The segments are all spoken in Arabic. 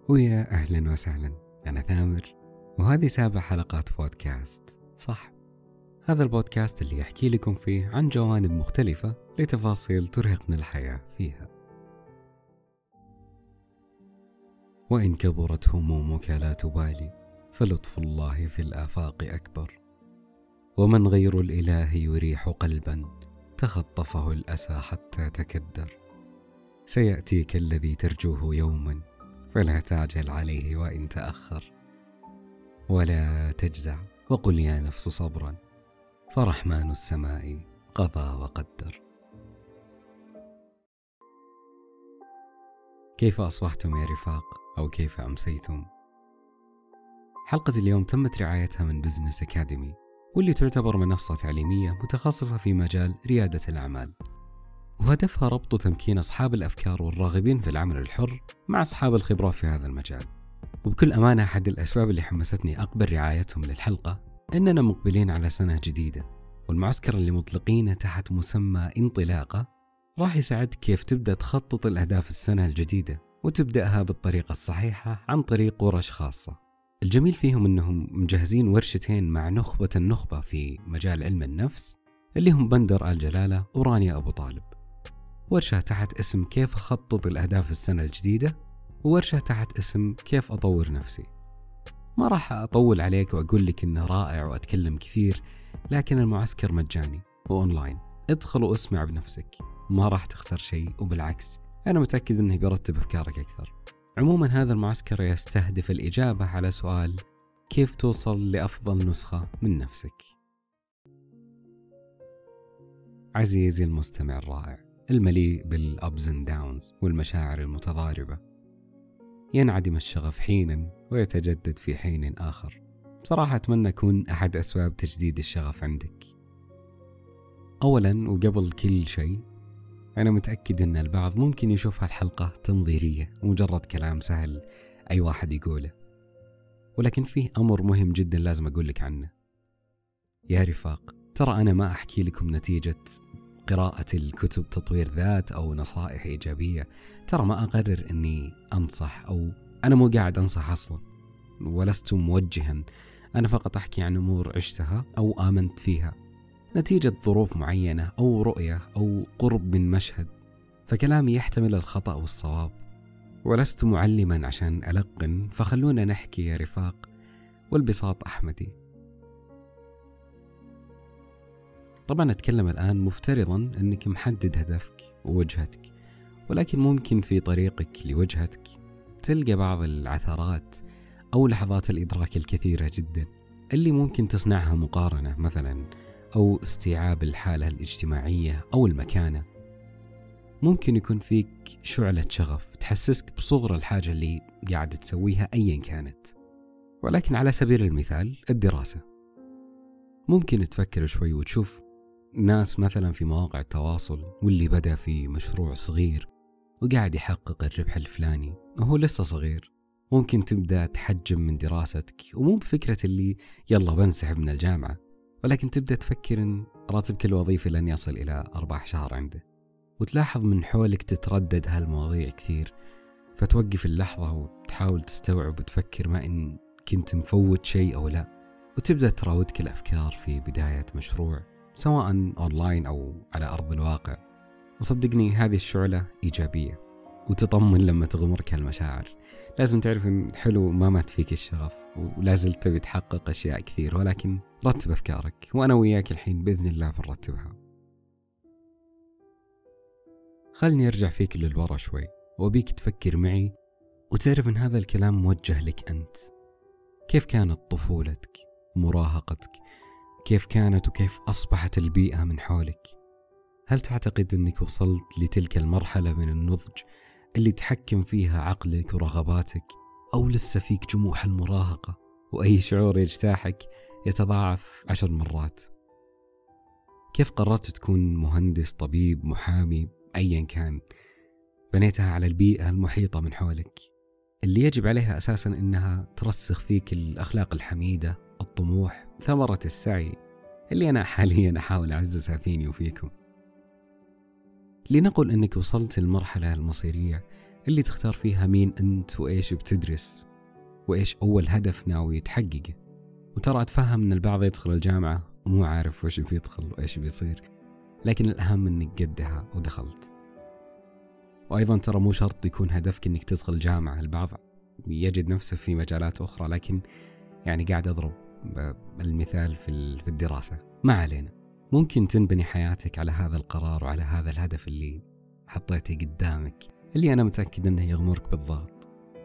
ويا أهلا وسهلا، أنا ثامر وهذه 7 حلقات بودكاست صح. هذا البودكاست اللي يحكي لكم فيه عن جوانب مختلفة لتفاصيل ترهقنا الحياة فيها. وإن كبرت همومك لا تبالي، فلطف الله في الآفاق أكبر. ومن غير الإله يريح قلبا، تخطفه الأسى حتى تكدر. سيأتيك الذي ترجوه يوما، فلا تعجل عليه وإن تأخر. ولا تجزع وقل يا نفس صبرا، فرحمن السماء قضى وقدر. كيف أصبحتم يا رفاق؟ أو كيف أمسيتم؟ حلقة اليوم تمت رعايتها من بزنس أكاديمي، واللي تعتبر منصة تعليمية متخصصة في مجال ريادة الأعمال، وهدفها ربط وتمكين أصحاب الأفكار والراغبين في العمل الحر مع أصحاب الخبرة في هذا المجال. وبكل أمانة أحد الأسباب اللي حمستني أقبل رعايتهم للحلقة إننا مقبلين على سنة جديدة، والمعسكر اللي مطلقينه تحت مسمى انطلاقة راح يساعدك كيف تبدأ تخطط الأهداف السنة الجديدة وتبدأها بالطريقة الصحيحة عن طريق ورش خاصة. الجميل فيهم إنهم مجهزين ورشتين مع نخبة النخبة في مجال علم النفس اللي هم بندر آل جلالة ورانيا أبو طالب. ورشة تحت اسم كيف أخطط الأهداف السنة الجديدة، وورشة تحت اسم كيف أطور نفسي. ما راح أطول عليك وأقول لك إنه رائع وأتكلم كثير، لكن المعسكر مجاني وأونلاين. ادخل واسمع بنفسك، ما راح تخسر شيء، وبالعكس أنا متأكد إنه بيرتب أفكارك أكثر. عموما هذا المعسكر يستهدف الإجابة على سؤال كيف توصل لأفضل نسخة من نفسك. عزيزي المستمع الرائع المليء بالأبز اند داونز والمشاعر المتضاربة، ينعدم الشغف حينا ويتجدد في حين آخر. بصراحة أتمنى أكون أحد أسباب تجديد الشغف عندك. أولا وقبل كل شيء، أنا متأكد أن البعض ممكن يشوف هالحلقة تنظيرية ومجرد كلام سهل أي واحد يقوله، ولكن فيه أمر مهم جدا لازم أقول لك عنه. يا رفاق، ترى أنا ما أحكي لكم نتيجة قراءة الكتب تطوير ذات أو نصائح إيجابية. ترى ما أقرر أني أنصح، أو أنا مو قاعد أنصح أصلا، ولست موجها. أنا فقط أحكي عن أمور عشتها أو آمنت فيها نتيجة ظروف معينة أو رؤية أو قرب من مشهد، فكلامي يحتمل الخطأ والصواب، ولست معلما عشان ألقن. فخلونا نحكي يا رفاق، والبساط أحمدي. طبعا أتكلم الآن مفترضا أنك محدد هدفك ووجهتك، ولكن ممكن في طريقك لوجهتك تلقى بعض العثرات أو لحظات الإدراك الكثيرة جدا اللي ممكن تصنعها مقارنة مثلا، أو استيعاب الحالة الاجتماعية أو المكانة. ممكن يكون فيك شعلة شغف تحسسك بصغر الحاجة اللي قاعد تسويها أيا كانت. ولكن على سبيل المثال الدراسة، ممكن تفكر شوي وتشوف ناس مثلا في مواقع التواصل، واللي بدأ في مشروع صغير وقاعد يحقق الربح الفلاني وهو لسه صغير. ممكن تبدأ تحجم من دراستك، ومو بفكرة اللي يلا بنسحب من الجامعة، ولكن تبدأ تفكر إن راتبك الوظيفي لن يصل إلى 4 شهر عنده، وتلاحظ من حولك تتردد هالمواضيع كثير، فتوقف اللحظة وتحاول تستوعب وتفكر ما إن كنت مفوت شيء أو لا، وتبدأ تراودك الأفكار في بداية مشروع سواء أونلاين أو على أرض الواقع. وصدقني هذه الشعلة إيجابية، وتطمن لما تغمرك هالمشاعر. لازم تعرف إن حلو ما مات فيك الشغف، ولازلت تبي تحقق أشياء كثير، ولكن رتب أفكارك، وأنا وياك الحين بإذن الله بنرتبها. خلني أرجع فيك للورا شوي، وأبيك تفكر معي وتعرف إن هذا الكلام موجه لك أنت. كيف كانت طفولتك، مراهقتك؟ كيف كانت وكيف أصبحت البيئة من حولك؟ هل تعتقد أنك وصلت لتلك المرحلة من النضج اللي تحكم فيها عقلك ورغباتك، أو لسه فيك جموح المراهقة وأي شعور يجتاحك يتضاعف 10 مرات؟ كيف قررت تكون مهندس، طبيب، محامي، أيا كان؟ بنيتها على البيئة المحيطة من حولك اللي يجب عليها أساسا أنها ترسخ فيك الأخلاق الحميدة، الطموح، ثمرة السعي اللي أنا حاليا أحاول أعززها فيني وفيكم. لنقل أنك وصلت المرحلة المصيرية اللي تختار فيها مين أنت وإيش بتدرس وإيش أول هدف ناوي تحققه. وترى أتفهم أن البعض يدخل الجامعة ومو عارف وإيش بيدخل وإيش بيصير، لكن الأهم أنك قدها ودخلت. وأيضا ترى مو شرط يكون هدفك أنك تدخل جامعة، البعض يجد نفسه في مجالات أخرى، لكن يعني قاعد أضرب المثال في الدراسة. ما علينا، ممكن تنبني حياتك على هذا القرار وعلى هذا الهدف اللي حطيته قدامك، اللي أنا متأكد أنه يغمرك بالضغط.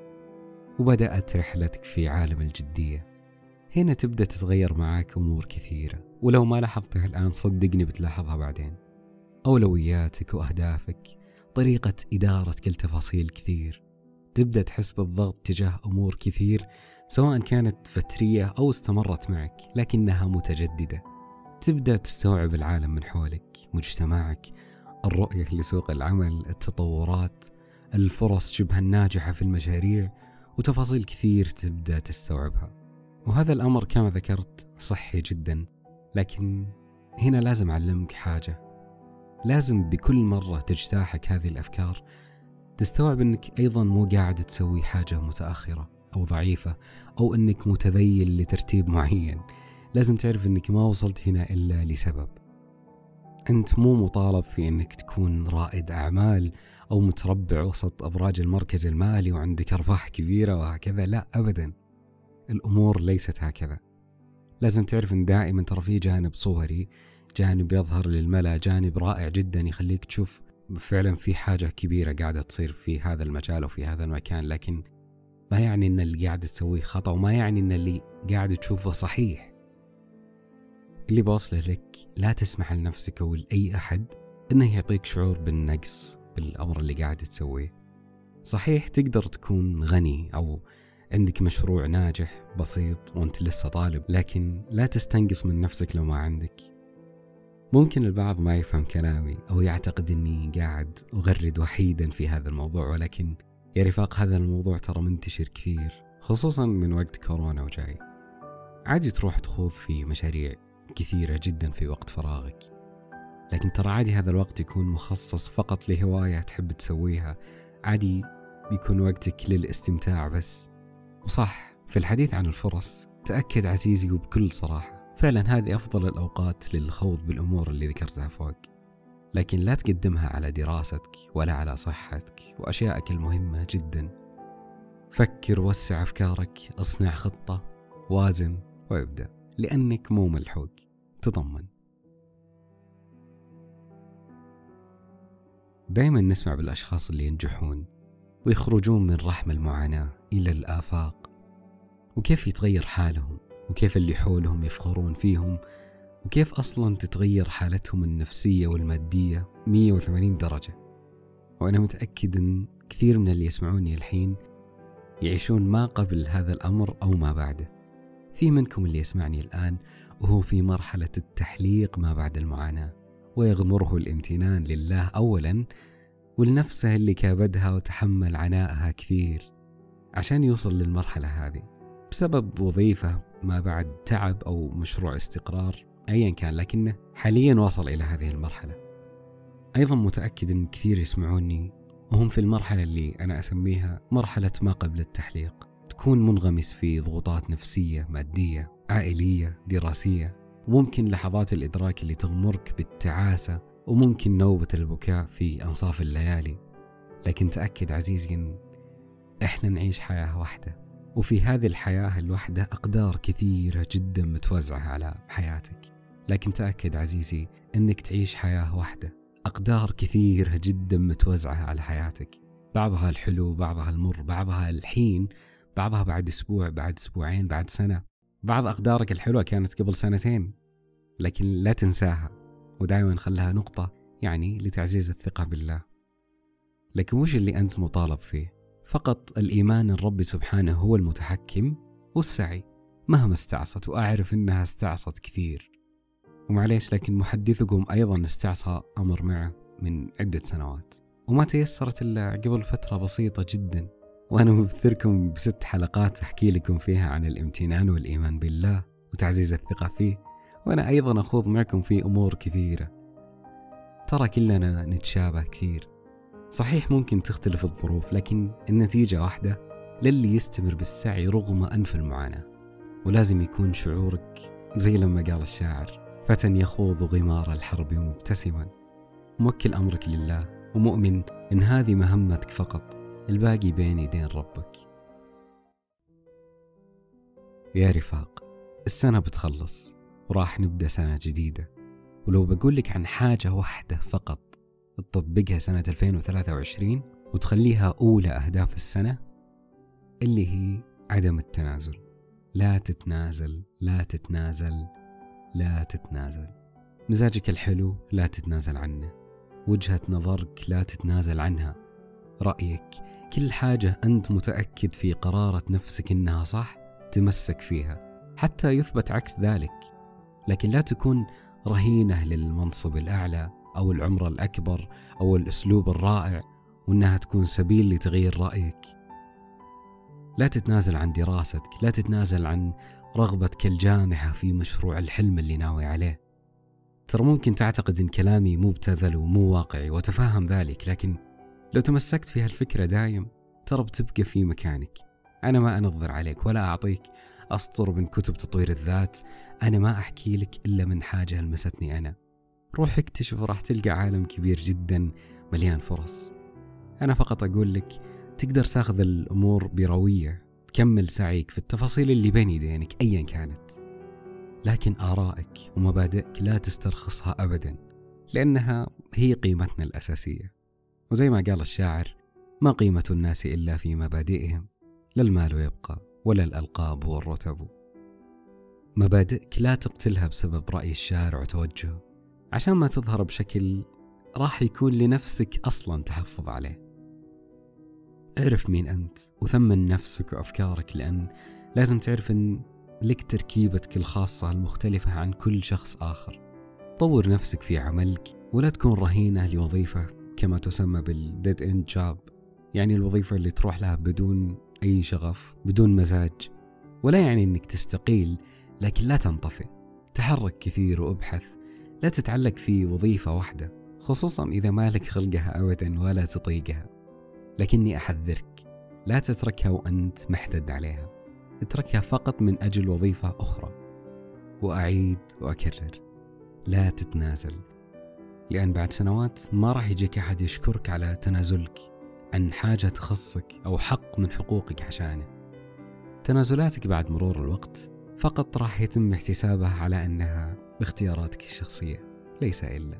وبدأت رحلتك في عالم الجدية. هنا تبدأ تتغير معاك أمور كثيرة، ولو ما لاحظتها الآن صدقني بتلاحظها بعدين. أولوياتك وأهدافك، طريقة إدارة كل تفاصيل كثير. تبدأ تحس بالضغط تجاه أمور كثير، سواء كانت فترية أو استمرت معك لكنها متجددة. تبدأ تستوعب العالم من حولك، مجتمعك، الرؤية لسوق العمل، التطورات، الفرص شبه الناجحة في المشاريع، وتفاصيل كثير تبدأ تستوعبها. وهذا الأمر كما ذكرت صحي جدا، لكن هنا لازم أعلمك حاجة. لازم بكل مرة تجتاحك هذه الأفكار تستوعب أنك أيضا مو قاعد تسوي حاجة متأخرة أو ضعيفة أو أنك متذيل لترتيب معين. لازم تعرف أنك ما وصلت هنا إلا لسبب. أنت مو مطالب في أنك تكون رائد أعمال أو متربع وسط أبراج المركز المالي وعندك أرباح كبيرة وهكذا، لا أبدا، الأمور ليست هكذا. لازم تعرف أن دائما ترى في جانب صوري، جانب يظهر للملأ، جانب رائع جدا يخليك تشوف فعلا في حاجة كبيرة قاعدة تصير في هذا المجال وفي هذا المكان، لكن ما يعني أن اللي قاعد تسويه خطأ، وما يعني أن اللي قاعد تشوفه صحيح. اللي بوصله لك، لا تسمح لنفسك أو لأي أحد أنه يعطيك شعور بالنقص بالأمر اللي قاعد تسويه. صحيح تقدر تكون غني أو عندك مشروع ناجح بسيط وانت لسه طالب، لكن لا تستنقص من نفسك لو ما عندك. ممكن البعض ما يفهم كلامي أو يعتقد أني قاعد أغرد وحيدا في هذا الموضوع، ولكن يا رفاق هذا الموضوع ترى منتشر كثير، خصوصا من وقت كورونا وجاي. عادي تروح تخوض في مشاريع كثيرة جدا في وقت فراغك، لكن ترى عادي هذا الوقت يكون مخصص فقط لهواية تحب تسويها. عادي يكون وقتك للاستمتاع بس. وصح، في الحديث عن الفرص تأكد عزيزي وبكل صراحة، فعلا هذه أفضل الأوقات للخوض بالأمور اللي ذكرتها فوق، لكن لا تقدمها على دراستك ولا على صحتك وأشيائك المهمة جدا. فكر، وسع أفكارك، اصنع خطة، وازن وابدأ، لأنك مو ملحوق، تضمن. دائما نسمع بالأشخاص اللي ينجحون ويخرجون من رحم المعاناة إلى الآفاق، وكيف يتغير حالهم، وكيف اللي حولهم يفخرون فيهم، وكيف أصلا تتغير حالتهم النفسية والمادية 180 درجة. وأنا متأكد أن كثير من اللي يسمعوني الحين يعيشون ما قبل هذا الأمر أو ما بعده. في منكم اللي يسمعني الآن وهو في مرحلة التحليق ما بعد المعاناة، ويغمره الامتنان لله أولا ولنفسه اللي كابدها وتحمل عناءها كثير عشان يوصل للمرحلة هذه بسبب وظيفة ما بعد تعب أو مشروع استقرار أيا كان، لكنه حاليا وصل إلى هذه المرحلة. أيضا متأكد أن كثير يسمعوني وهم في المرحلة اللي أنا أسميها مرحلة ما قبل التحليق، تكون منغمس في ضغوطات نفسية، مادية، عائلية، دراسية، وممكن لحظات الإدراك اللي تغمرك بالتعاسة، وممكن نوبة البكاء في أنصاف الليالي. لكن تأكد عزيزي إن إحنا نعيش حياة واحدة، وفي هذه الحياة الواحدة أقدار كثيرة جدا متوزعة على حياتك. لكن تأكد عزيزي إنك تعيش حياة واحدة، أقدار كثيرة جدا متوزعة على حياتك، بعضها الحلو، بعضها المر، بعضها الحين، بعضها بعد أسبوع، بعد أسبوعين، بعد سنة. بعض أقدارك الحلوة كانت قبل سنتين، لكن لا تنساها ودائما خلها نقطة يعني لتعزيز الثقة بالله. لكن وش اللي أنت مطالب فيه؟ فقط الإيمان أن ربي سبحانه هو المتحكم، والسعي مهما استعصت، وأعرف أنها استعصت كثير ومعليش، لكن محدثكم أيضا استعصى أمر معه من عدة سنوات وما تيسرت إلا قبل فترة بسيطة جدا، وأنا مبثركم ب6 حلقات أحكي لكم فيها عن الامتنان والإيمان بالله وتعزيز الثقة فيه، وأنا أيضا أخوض معكم في أمور كثيرة. ترى كلنا نتشابه كثير، صحيح ممكن تختلف الظروف، لكن النتيجة واحدة للي يستمر بالسعي رغم أنف المعاناة. ولازم يكون شعورك زي لما قال الشاعر: فتى يخوض غمار الحرب مبتسما، موكل أمرك لله ومؤمن إن هذه مهمتك فقط، الباقي بين يدين ربك. يا رفاق، السنة بتخلص وراح نبدأ سنة جديدة، ولو بقولك عن حاجة واحدة فقط تطبقها سنة 2023 وتخليها أولى أهداف السنة، اللي هي عدم التنازل. لا تتنازل، لا تتنازل، لا تتنازل. مزاجك الحلو لا تتنازل عنه، وجهة نظرك لا تتنازل عنها، رأيك، كل حاجة أنت متأكد في قرارة نفسك إنها صح تمسك فيها حتى يثبت عكس ذلك. لكن لا تكون رهينة للمنصب الأعلى أو العمر الأكبر أو الأسلوب الرائع وإنها تكون سبيل لتغيير رأيك. لا تتنازل عن دراستك، لا تتنازل عن رغبتك الجامحة في مشروع الحلم اللي ناوي عليه. ترى ممكن تعتقد إن كلامي مبتذل ومو واقعي وتفهم ذلك، لكن لو تمسكت في هالفكرة دايم ترى بتبقى في مكانك. أنا ما أنظر عليك ولا أعطيك أسطر من كتب تطوير الذات، أنا ما أحكي لك إلا من حاجة لمستني أنا. روح اكتشف وراح تلقى عالم كبير جدا مليان فرص. أنا فقط أقول لك تقدر تاخذ الأمور بروية، تكمل سعيك في التفاصيل اللي بين يدينك أيا كانت، لكن آرائك ومبادئك لا تسترخصها أبدا، لأنها هي قيمتنا الأساسية. وزي ما قال الشاعر: ما قيمة الناس إلا في مبادئهم، لا المال يبقى ولا الألقاب والرتب. مبادئك لا تقتلها بسبب رأي الشارع وتوجهه، عشان ما تظهر بشكل راح يكون لنفسك أصلا تحفظ عليه. اعرف مين أنت وثمن نفسك وأفكارك، لأن لازم تعرف أن لك تركيبتك الخاصة المختلفة عن كل شخص آخر. طور نفسك في عملك ولا تكون رهينة لوظيفة كما تسمى بالديد اند جاب، يعني الوظيفة اللي تروح لها بدون أي شغف، بدون مزاج. ولا يعني أنك تستقيل، لكن لا تنطفئ. تحرك كثير وابحث، لا تتعلق في وظيفة واحدة، خصوصا إذا مالك خلقها أبدا ولا تطيقها. لكني أحذرك، لا تتركها وأنت محتد عليها، اتركها فقط من أجل وظيفة أخرى. وأعيد وأكرر، لا تتنازل، لأن بعد سنوات ما راح يجيك أحد يشكرك على تنازلك عن حاجة تخصك أو حق من حقوقك عشانه. تنازلاتك بعد مرور الوقت فقط راح يتم احتسابها على أنها باختياراتك الشخصية، ليس إلا.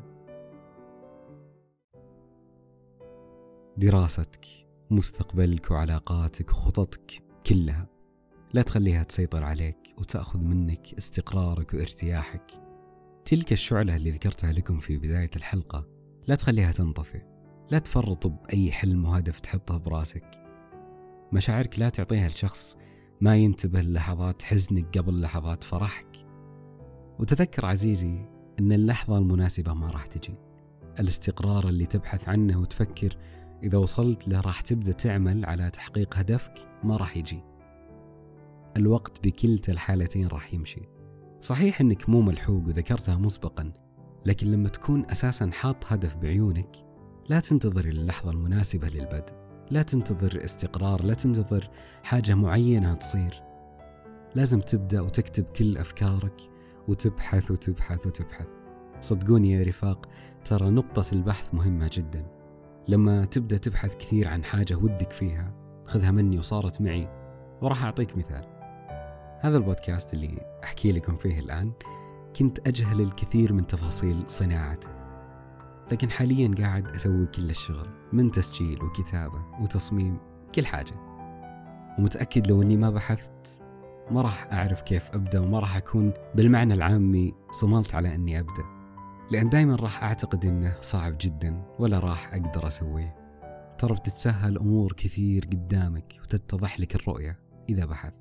دراستك، مستقبلك وعلاقاتك وخططك كلها لا تخليها تسيطر عليك وتأخذ منك استقرارك وارتياحك. تلك الشعلة اللي ذكرتها لكم في بداية الحلقة لا تخليها تنطفئ. لا تفرط بأي حلم وهدف تحطه براسك. مشاعرك لا تعطيها لشخص ما ينتبه للحظات حزنك قبل لحظات فرحك. وتذكر عزيزي أن اللحظة المناسبة ما راح تجي. الاستقرار اللي تبحث عنه وتفكر إذا وصلت له راح تبدأ تعمل على تحقيق هدفك ما راح يجي. الوقت بكلتا الحالتين راح يمشي. صحيح أنك مو ملحوق وذكرتها مسبقا، لكن لما تكون أساسا حاط هدف بعيونك لا تنتظر اللحظة المناسبة للبدء. لا تنتظر استقرار، لا تنتظر حاجة معينة تصير. لازم تبدأ وتكتب كل أفكارك وتبحث وتبحث وتبحث. صدقوني يا رفاق، ترى نقطة البحث مهمة جدا. لما تبدأ تبحث كثير عن حاجة ودك فيها، خذها مني وصارت معي. وراح أعطيك مثال. هذا البودكاست اللي أحكي لكم فيه الآن كنت أجهل الكثير من تفاصيل صناعته، لكن حاليا قاعد أسوي كل الشغل من تسجيل وكتابة وتصميم، كل حاجة. ومتأكد لو أني ما بحثت ما راح أعرف كيف أبدأ، وما راح أكون بالمعنى العامي صملت على أني أبدأ، لأن دايما راح أعتقد أنه صعب جدا ولا راح أقدر أسويه. ترى بتتسهل أمور كثير قدامك وتتضح لك الرؤية إذا بحثت.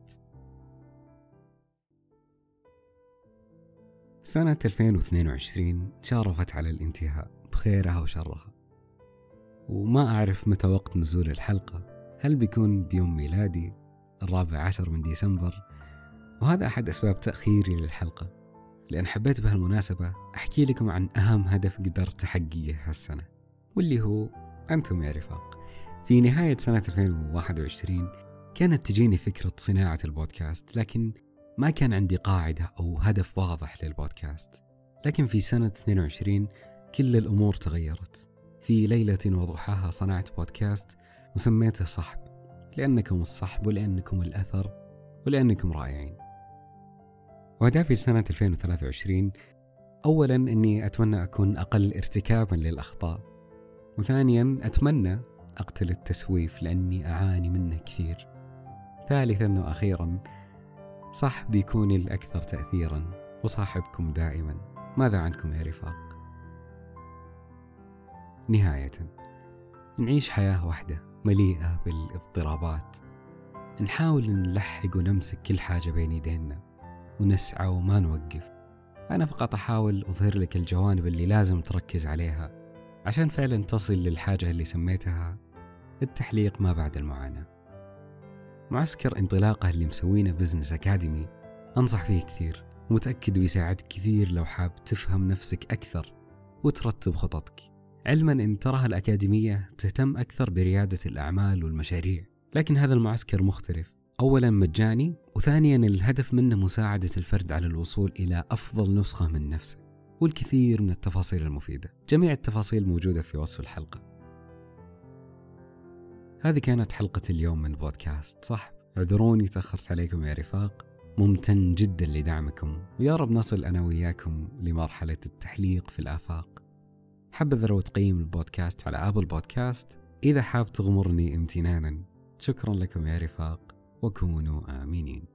سنة 2022 شارفت على الانتهاء بخيرها وشرها، وما أعرف متى وقت نزول الحلقة، هل بيكون بيوم ميلادي 14 من ديسمبر؟ وهذا أحد أسباب تأخيري للحلقة، لأن حبيت بهالمناسبة أحكي لكم عن أهم هدف قدرت أحققه هالسنة، واللي هو أنتم يا رفاق. في نهاية سنة 2021 كانت تجيني فكرة صناعة البودكاست، لكن ما كان عندي قاعدة أو هدف واضح للبودكاست. لكن في سنة 22 كل الأمور تغيرت. في ليلة وضحاها صنعت بودكاست وسميته صحب، لأنكم الصحب ولأنكم الأثر ولأنكم رائعين. وهدفي لسنة 2023 أولاً أني أتمنى أكون أقل ارتكاباً للأخطاء، وثانياً أتمنى أقتل التسويف لأني أعاني منه كثير. ثالثاً وأخيراً صاحبي يكون الأكثر تأثيراً وصاحبكم دائماً. ماذا عنكم يا رفاق؟ نهاية، نعيش حياة واحدة مليئة بالاضطرابات، نحاول نلحق ونمسك كل حاجة بين يدينا ونسعى وما نوقف. أنا فقط أحاول أظهر لك الجوانب اللي لازم تركز عليها عشان فعلا تصل للحاجة اللي سميتها التحليق ما بعد المعاناة. معسكر انطلاقه اللي مسوينه بزنس أكاديمي أنصح فيه كثير، ومتأكد بيساعدك كثير لو حاب تفهم نفسك أكثر وترتب خططك. علما أن تراها الأكاديمية تهتم أكثر بريادة الأعمال والمشاريع، لكن هذا المعسكر مختلف. أولا مجاني، وثانيا الهدف منه مساعدة الفرد على الوصول إلى أفضل نسخة من نفسه، والكثير من التفاصيل المفيدة. جميع التفاصيل موجودة في وصف الحلقة. هذه كانت حلقة اليوم من بودكاست صح. اعذروني تأخرت عليكم يا رفاق، ممتن جدا لدعمكم، ويا رب نصل أنا وياكم لمرحلة التحليق في الآفاق. حبذا لو تقيم البودكاست على آبل بودكاست إذا حاب تغمرني امتنانا. شكرا لكم يا رفاق، وكونوا آمنين.